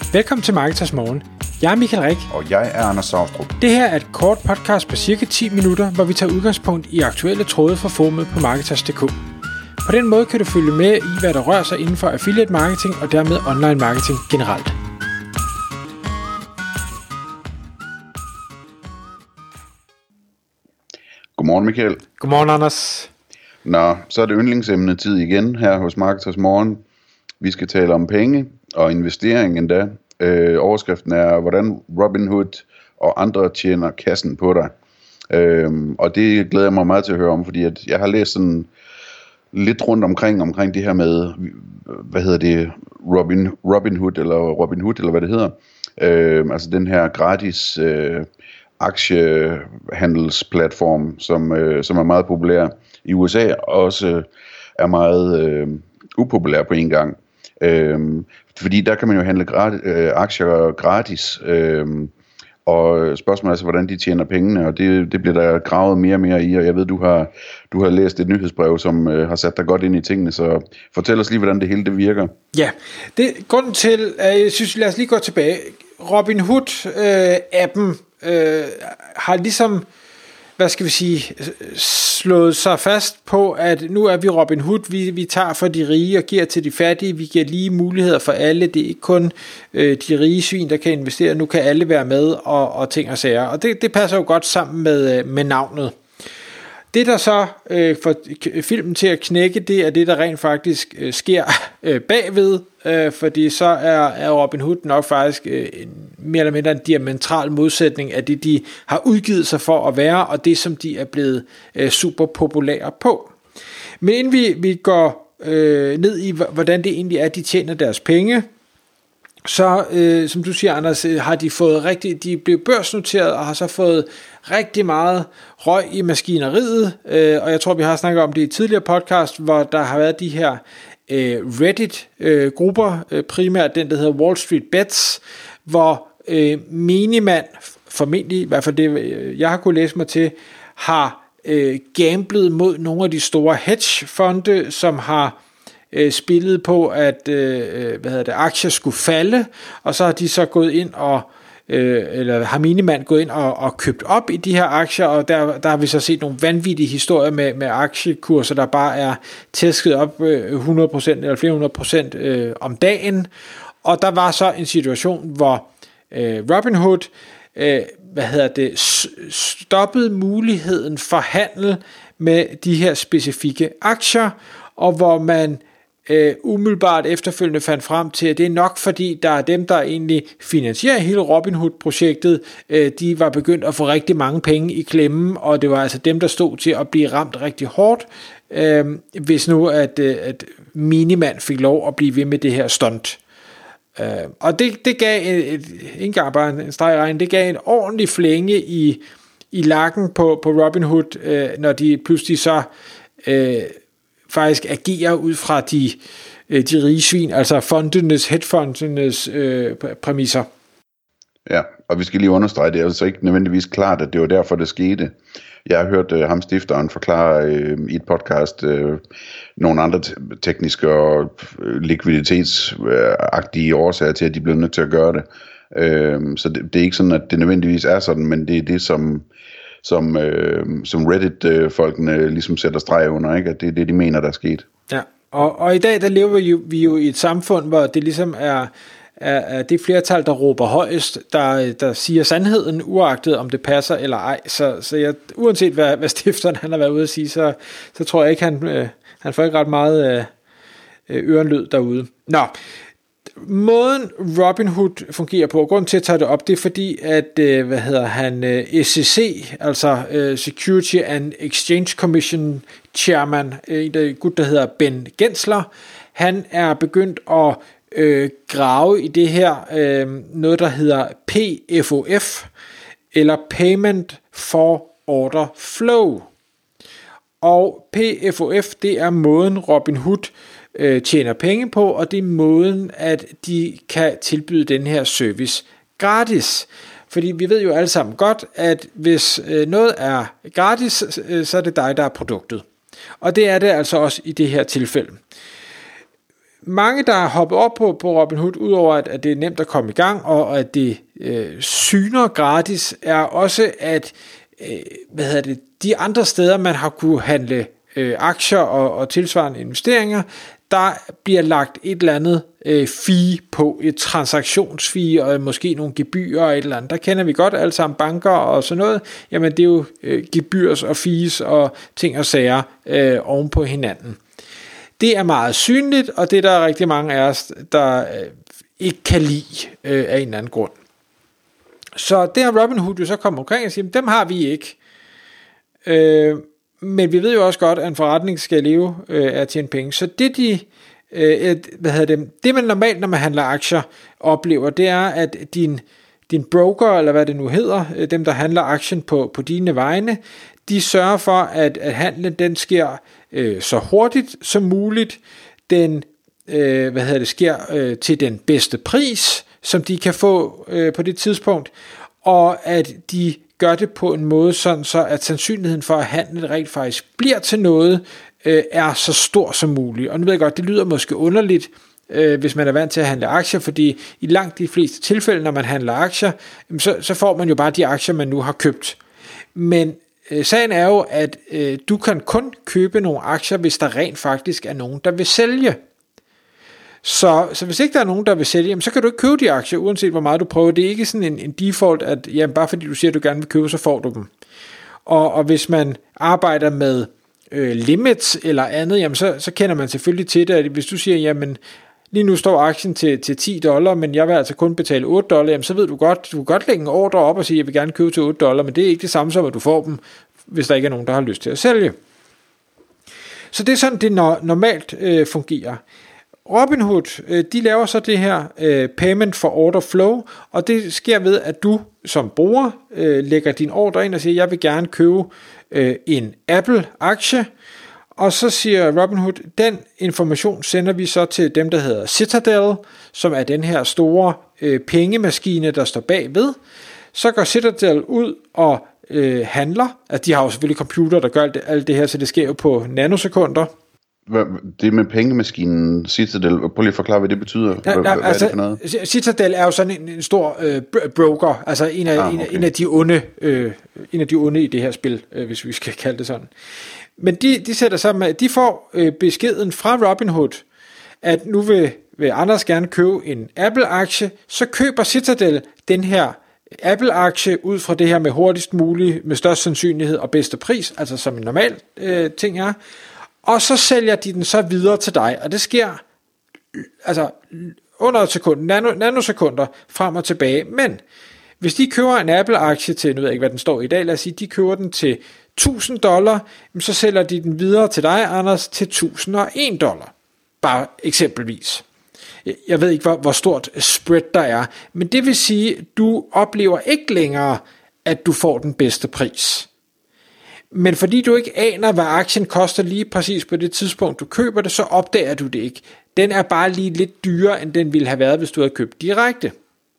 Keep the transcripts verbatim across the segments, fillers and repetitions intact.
Velkommen til Marketers Morgen. Jeg er Michael Rik. Og jeg er Anders Saustrup. Det her er et kort podcast på cirka ti minutter, hvor vi tager udgangspunkt i aktuelle tråde fra forumet på Marketers punktum d k. På den måde kan du følge med i, hvad der rører sig inden for affiliate marketing og dermed online marketing generelt. Godmorgen, Michael. Godmorgen, Anders. Nå, så er det yndlingsemnetid igen her hos Marketers Morgen. Vi skal tale om penge og investering endda. Øh, overskriften er, hvordan Robinhood og andre tjener kassen på dig. Øh, og det glæder jeg mig meget til at høre om, fordi at jeg har læst sådan lidt rundt omkring, omkring det her med, hvad hedder det, Robin, Robinhood, eller Robinhood, eller hvad det hedder. Øh, altså den her gratis øh, aktiehandelsplatform, som, øh, som er meget populær i U S A, og også øh, er meget øh, upopulær på en gang. Øh, fordi der kan man jo handle gratis, øh, aktier gratis, øh, og spørgsmålet er altså, hvordan de tjener pengene, og det, det bliver der gravet mere og mere i, og jeg ved, du har, du har læst et nyhedsbrev, som øh, har sat dig godt ind i tingene, så fortæl os lige, hvordan det hele det virker. Ja, det grunden til, at jeg synes, lad os lige gå tilbage. Robinhood-appen øh, øh, har ligesom, hvad skal vi sige, slået sig fast på, at nu er vi Robinhood, vi, vi tager for de rige og giver til de fattige, vi giver lige muligheder for alle, det er ikke kun øh, de rige svin, der kan investere, nu kan alle være med og, og ting og sager, og det, det passer jo godt sammen med, med navnet. Det der så øh, får filmen til at knække, det er det der rent faktisk øh, sker øh, bagved, øh, fordi så er, er Robinhood nok faktisk øh, en, mere eller mindre en diametral modsætning af det de har udgivet sig for at være, og det som de er blevet øh, super populære på. Men inden vi, vi går øh, ned i hvordan det egentlig er de tjener deres penge, så øh, som du siger, Anders, har de fået rigtig, de blev børsnoteret og har så fået rigtig meget røg i maskineriet, øh, og jeg tror vi har snakket om det i tidligere podcast, hvor der har været de her øh, Reddit øh, grupper, øh, primært den der hedder Wall Street Bets, hvor øh, minimand, formentlig i hvert fald det jeg har kunne læse mig til, har øh, gamblet mod nogle af de store hedgefonde, som har øh, spillet på at øh, hvad hedder det, aktier skulle falde, og så har de så gået ind og øh, eller har minimand gået ind og, og købt op i de her aktier, og der, der har vi så set nogle vanvittige historier med, med aktiekurser, der bare er tæsket op øh, hundrede procent eller flere hundrede procent øh, om dagen, og der var så en situation, hvor øh, Robinhood øh, hvad hedder det, stoppede muligheden for handel med de her specifikke aktier, og hvor man Uh, umiddelbart efterfølgende fandt frem til, at det er nok fordi, der er dem, der egentlig finansierer hele Robinhood-projektet, uh, de var begyndt at få rigtig mange penge i klemmen, og det var altså dem, der stod til at blive ramt rigtig hårdt, uh, hvis nu at, uh, at minimand fik lov at blive ved med det her stunt. Uh, og det, det gav et, et, ikke engang bare en stregregn, det gav en ordentlig flænge i, i lakken på, på Robinhood, uh, når de pludselig så uh, faktisk agerer ud fra de, de rige svin, altså fondenes, hedgefondenes øh, præmisser. Ja, og vi skal lige understrege, det er altså ikke nødvendigvis klart, at det var derfor, det skete. Jeg har hørt øh, ham stifteren forklare øh, i et podcast øh, nogle andre te- tekniske og øh, likviditetsagtige årsager til, at de blev nødt til at gøre det. Øh, så det, det er ikke sådan, at det nødvendigvis er sådan, men det er det, som som, øh, som Reddit-folkene øh, ligesom sætter streg under, ikke? At det er det, de mener, der er sket. Ja, og, og i dag, der lever vi jo, vi jo i et samfund, hvor det ligesom er, er, er det flertal, der råber højest, der, der siger sandheden, uagtet om det passer eller ej. Så, så jeg, uanset hvad, hvad stifteren han har været ude at sige, så, så tror jeg ikke, han, øh, han får ikke ret meget øh, ørenlyd derude. Nå, måden Robinhood fungerer på, og grunden til at tage det op, det er fordi, at, øh, hvad hedder han, øh, S E C, altså øh, Security and Exchange Commission Chairman, øh, en der, gut, der hedder Ben Gensler, han er begyndt at øh, grave i det her, øh, noget der hedder P F O F, eller Payment for Order Flow. Og P F O F, det er måden Robinhood øh, tjener penge på, og det er måden, at de kan tilbyde den her service gratis. Fordi vi ved jo alle sammen godt, at hvis øh, noget er gratis, øh, så er det dig, der er produktet. Og det er det altså også i det her tilfælde. mange, der har hoppet op på, på Robinhood, udover at, at det er nemt at komme i gang, og at det øh, syner gratis, er også, at øh, hvad hedder det, de andre steder, man har kunne handle øh, aktier og, og tilsvarende investeringer, der bliver lagt et eller andet øh, fee på, et transaktionsfee, og måske nogle gebyrer og et eller andet. Der kender vi godt alle sammen banker og sådan noget. Jamen det er jo øh, gebyrs og fees og ting og sager øh, oven på hinanden. Det er meget synligt, og det er der rigtig mange af os, der øh, ikke kan lide øh, af en eller anden grund. Så det har Robinhood jo så kommet omkring og siger, dem har vi ikke. Øh, men vi ved jo også godt, at en forretning skal leve øh, af at tjene penge. Så det, de, øh, hvad hedder det, det man normalt, når man handler aktier, oplever, det er, at din, din broker, eller hvad det nu hedder, øh, dem der handler aktien på, på dine vegne, de sørger for, at, at handlen den sker øh, så hurtigt som muligt. Den øh, hvad hedder det, sker øh, til den bedste pris, som de kan få øh, på det tidspunkt, og at de gør det på en måde, sådan så at sandsynligheden for, at handlen rent faktisk bliver til noget, øh, er så stor som muligt. Og nu ved jeg godt, det lyder måske underligt, øh, hvis man er vant til at handle aktier, fordi i langt de fleste tilfælde, når man handler aktier, så, så får man jo bare de aktier, man nu har købt. Men øh, sagen er jo, at øh, du kan kun købe nogle aktier, hvis der rent faktisk er nogen, der vil sælge. Så, så hvis ikke der er nogen, der vil sælge, jamen, så kan du ikke købe de aktier, uanset hvor meget du prøver. Det er ikke sådan en, en default, at jamen, bare fordi du siger, at du gerne vil købe, så får du dem. Og, og hvis man arbejder med øh, limits eller andet, jamen, så, så kender man selvfølgelig til det, at hvis du siger, jamen lige nu står aktien til, til ti dollar, men jeg vil altså kun betale otte dollar, jamen, så ved du godt, du kan godt lægge en ordre op og sige, at jeg vil gerne købe til otte dollar, men det er ikke det samme som, at du får dem, hvis der ikke er nogen, der har lyst til at sælge. Så det er sådan, det normalt øh, fungerer. Robinhood, de laver så det her payment for order flow, og det sker ved, at du som bruger lægger din ordre ind og siger, jeg vil gerne købe en Apple-aktie, og så siger Robinhood, den information sender vi så til dem, der hedder Citadel, som er den her store pengemaskine, der står bagved. Så går Citadel ud og handler, at de har jo selvfølgelig computer, der gør alt det her, så det sker jo på nanosekunder. Det med pengemaskinen Citadel, prøv lige at forklare, hvad det betyder. Hvad, ja, hvad altså, er det for noget? Citadel er jo sådan en, en stor øh, broker, altså en af, ah, okay. en, en af de onde, øh, en af de onde i det her spil, øh, hvis vi skal kalde det sådan. Men de, de sætter sammen med, de får øh, beskeden fra Robinhood, at nu vil, vil Anders gerne købe en Apple-aktie, så køber Citadel den her Apple-aktie ud fra det her med hurtigst muligt, med størst sandsynlighed og bedste pris, altså som en normal øh, ting er. Og så sælger de den så videre til dig, og det sker altså under et sekund, nano, nanosekunder frem og tilbage. Men hvis de køber en Apple-aktie til, nu ved jeg ikke, hvad den står i dag, lad os sige, de køber den til tusind dollar, så sælger de den videre til dig, Anders, til tusind og en dollar. Bare eksempelvis. Jeg ved ikke, hvor, hvor stort spread der er, men det vil sige, du oplever ikke længere, at du får den bedste pris. Men fordi du ikke aner, hvad aktien koster lige præcis på det tidspunkt, du køber det, så opdager du det ikke. Den er bare lige lidt dyrere, end den ville have været, hvis du havde købt direkte.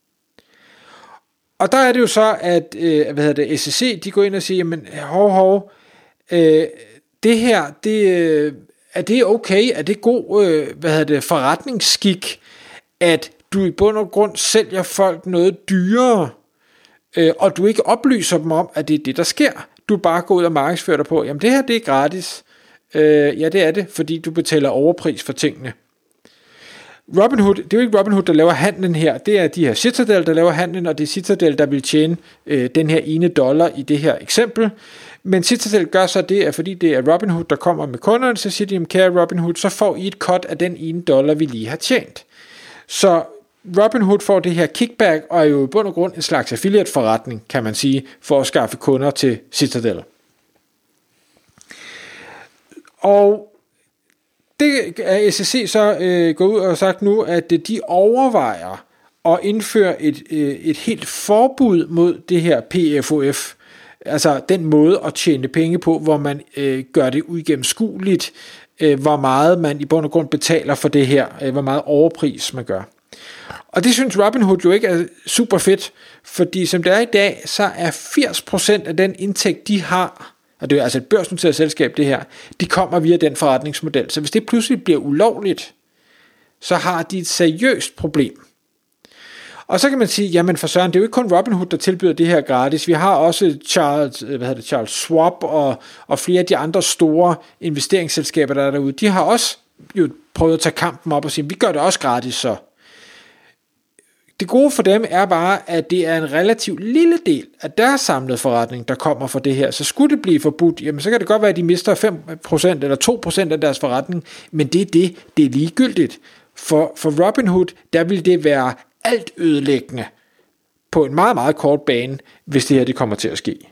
Og der er det jo så, at øh, hvad hedder det, S E C, de går ind og siger, men hov, hov, øh, det her, det, øh, er det okay? Er det god øh, hvad hedder det, forretningsskik, at du i bund og grund sælger folk noget dyrere, øh, og du ikke oplyser dem om, at det er det, der sker? Du bare går ud og markedsfører dig på, jamen det her, det er gratis. Øh, ja, det er det, fordi du betaler overpris for tingene. Robinhood, det er jo ikke Robinhood, der laver handlen her, det er de her Citadel, der laver handlen, og det er Citadel, der vil tjene øh, den her ene dollar i det her eksempel. Men Citadel gør så det, at fordi det er Robinhood, der kommer med kunderne, så siger de, kære Robinhood, så får I et cut af den ene dollar, vi lige har tjent. Så Robinhood får det her kickback, og er jo i bund og grund en slags affiliate-forretning, kan man sige, for at skaffe kunder til Citadel. Og det er S E C så øh, gået ud og sagt nu, at de overvejer at indføre et, øh, et helt forbud mod det her P F O F, altså den måde at tjene penge på, hvor man øh, gør det uigennemskueligt, øh, hvor meget man i bund og grund betaler for det her, øh, hvor meget overpris man gør. Og det synes Robinhood jo ikke er super fedt, fordi som det er i dag, så er firs procent af den indtægt, de har, og det er altså et børsnoteret selskab det her, de kommer via den forretningsmodel. Så hvis det pludselig bliver ulovligt, så har de et seriøst problem. Og så kan man sige, jamen for søren, det er jo ikke kun Robinhood, der tilbyder det her gratis. Vi har også Charles, hvad hedder det, Charles Schwab og, og flere af de andre store investeringsselskaber, der er derude. De har også jo prøvet at tage kampen op og sige, vi gør det også gratis så. Det gode for dem er bare, at det er en relativt lille del af deres samlede forretning, der kommer fra det her. Så skulle det blive forbudt, jamen så kan det godt være, at de mister fem procent eller to procent af deres forretning, men det er det, det er ligegyldigt. For, for Robinhood, der vil det være alt ødelæggende på en meget, meget kort bane, hvis det her det kommer til at ske.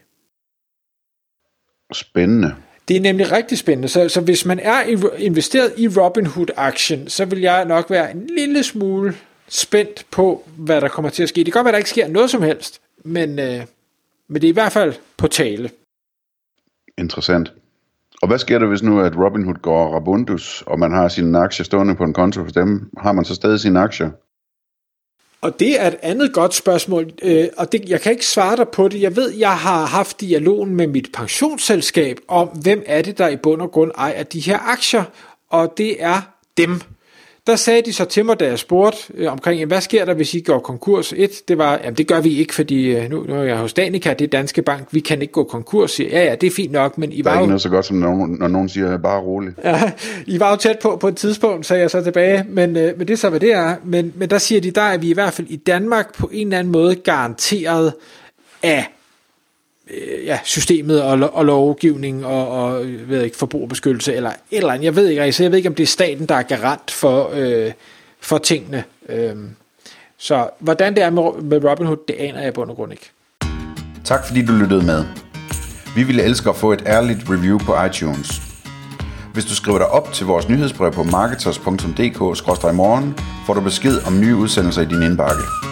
Spændende. Det er nemlig rigtig spændende. Så, så hvis man er investeret i Robinhood-aktien, så vil jeg nok være en lille smule spændt på, hvad der kommer til at ske. Det kan godt være, at der ikke sker noget som helst, men, øh, men det er i hvert fald på tale. Interessant. Og hvad sker der, hvis nu at Robinhood går rabundus, og man har sine aktier stående på en konto hos dem? Har man så stadig sine aktier? Og det er et andet godt spørgsmål, øh, og det, jeg kan ikke svare dig på det. Jeg ved, jeg har haft dialogen med mit pensionsselskab om, hvem er det, der i bund og grund ejer de her aktier, og det er dem. Der sagde de så til mig, da jeg spurgte øh, omkring, hvad sker der, hvis I går konkurs? Et, det var, jamen det gør vi ikke, fordi øh, nu, nu er jeg hos Danica, det er Danske Bank, vi kan ikke gå konkurs. Ja, ja, det er fint nok, men I var der er jo... ikke noget så godt, som når, når nogen siger, bare roligt. Ja, I var jo tæt på på et tidspunkt, sagde jeg så tilbage, men, øh, men det er så, hvad det er. Men, men der siger de, der er vi i hvert fald i Danmark på en eller anden måde garanteret af ja, systemet og, og lovgivning og, og ved ikke, forbrugerbeskyttelse eller eller andet. Jeg ved ikke, altså jeg ved ikke, om det er staten, der er garant for, øh, for tingene. Øhm, så hvordan det er med, med Robinhood, det aner jeg på en grund ikke. Tak fordi du lyttede med. Vi ville elske at få et ærligt review på iTunes. Hvis du skriver dig op til vores nyhedsbrev på marketers punktum d k skråstreg morgen, får du besked om nye udsendelser i din indbakke.